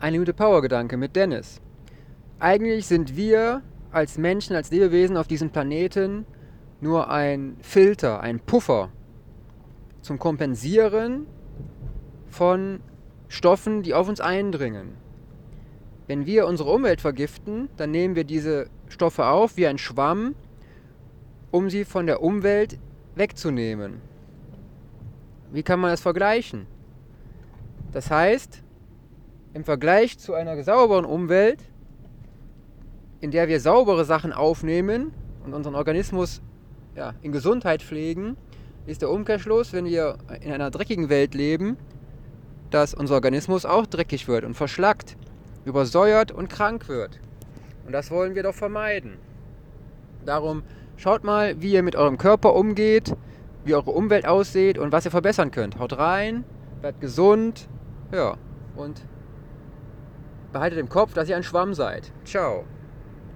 Eine Minute Power-Gedanke mit Dennis. Eigentlich sind wir als Menschen, als Lebewesen auf diesem Planeten nur ein Filter, ein Puffer zum Kompensieren von Stoffen, die auf uns eindringen. Wenn wir unsere Umwelt vergiften, dann nehmen wir diese Stoffe auf wie ein Schwamm, um sie von der Umwelt wegzunehmen. Wie kann man das vergleichen? Das heißt, im Vergleich zu einer sauberen Umwelt, in der wir saubere Sachen aufnehmen und unseren Organismus in Gesundheit pflegen, ist der Umkehrschluss, wenn wir in einer dreckigen Welt leben, dass unser Organismus auch dreckig wird und verschlackt, übersäuert und krank wird. Und das wollen wir doch vermeiden. Darum schaut mal, wie ihr mit eurem Körper umgeht, wie eure Umwelt aussieht und was ihr verbessern könnt. Haut rein, bleibt gesund, und behaltet im Kopf, dass ihr ein Schwamm seid. Ciao.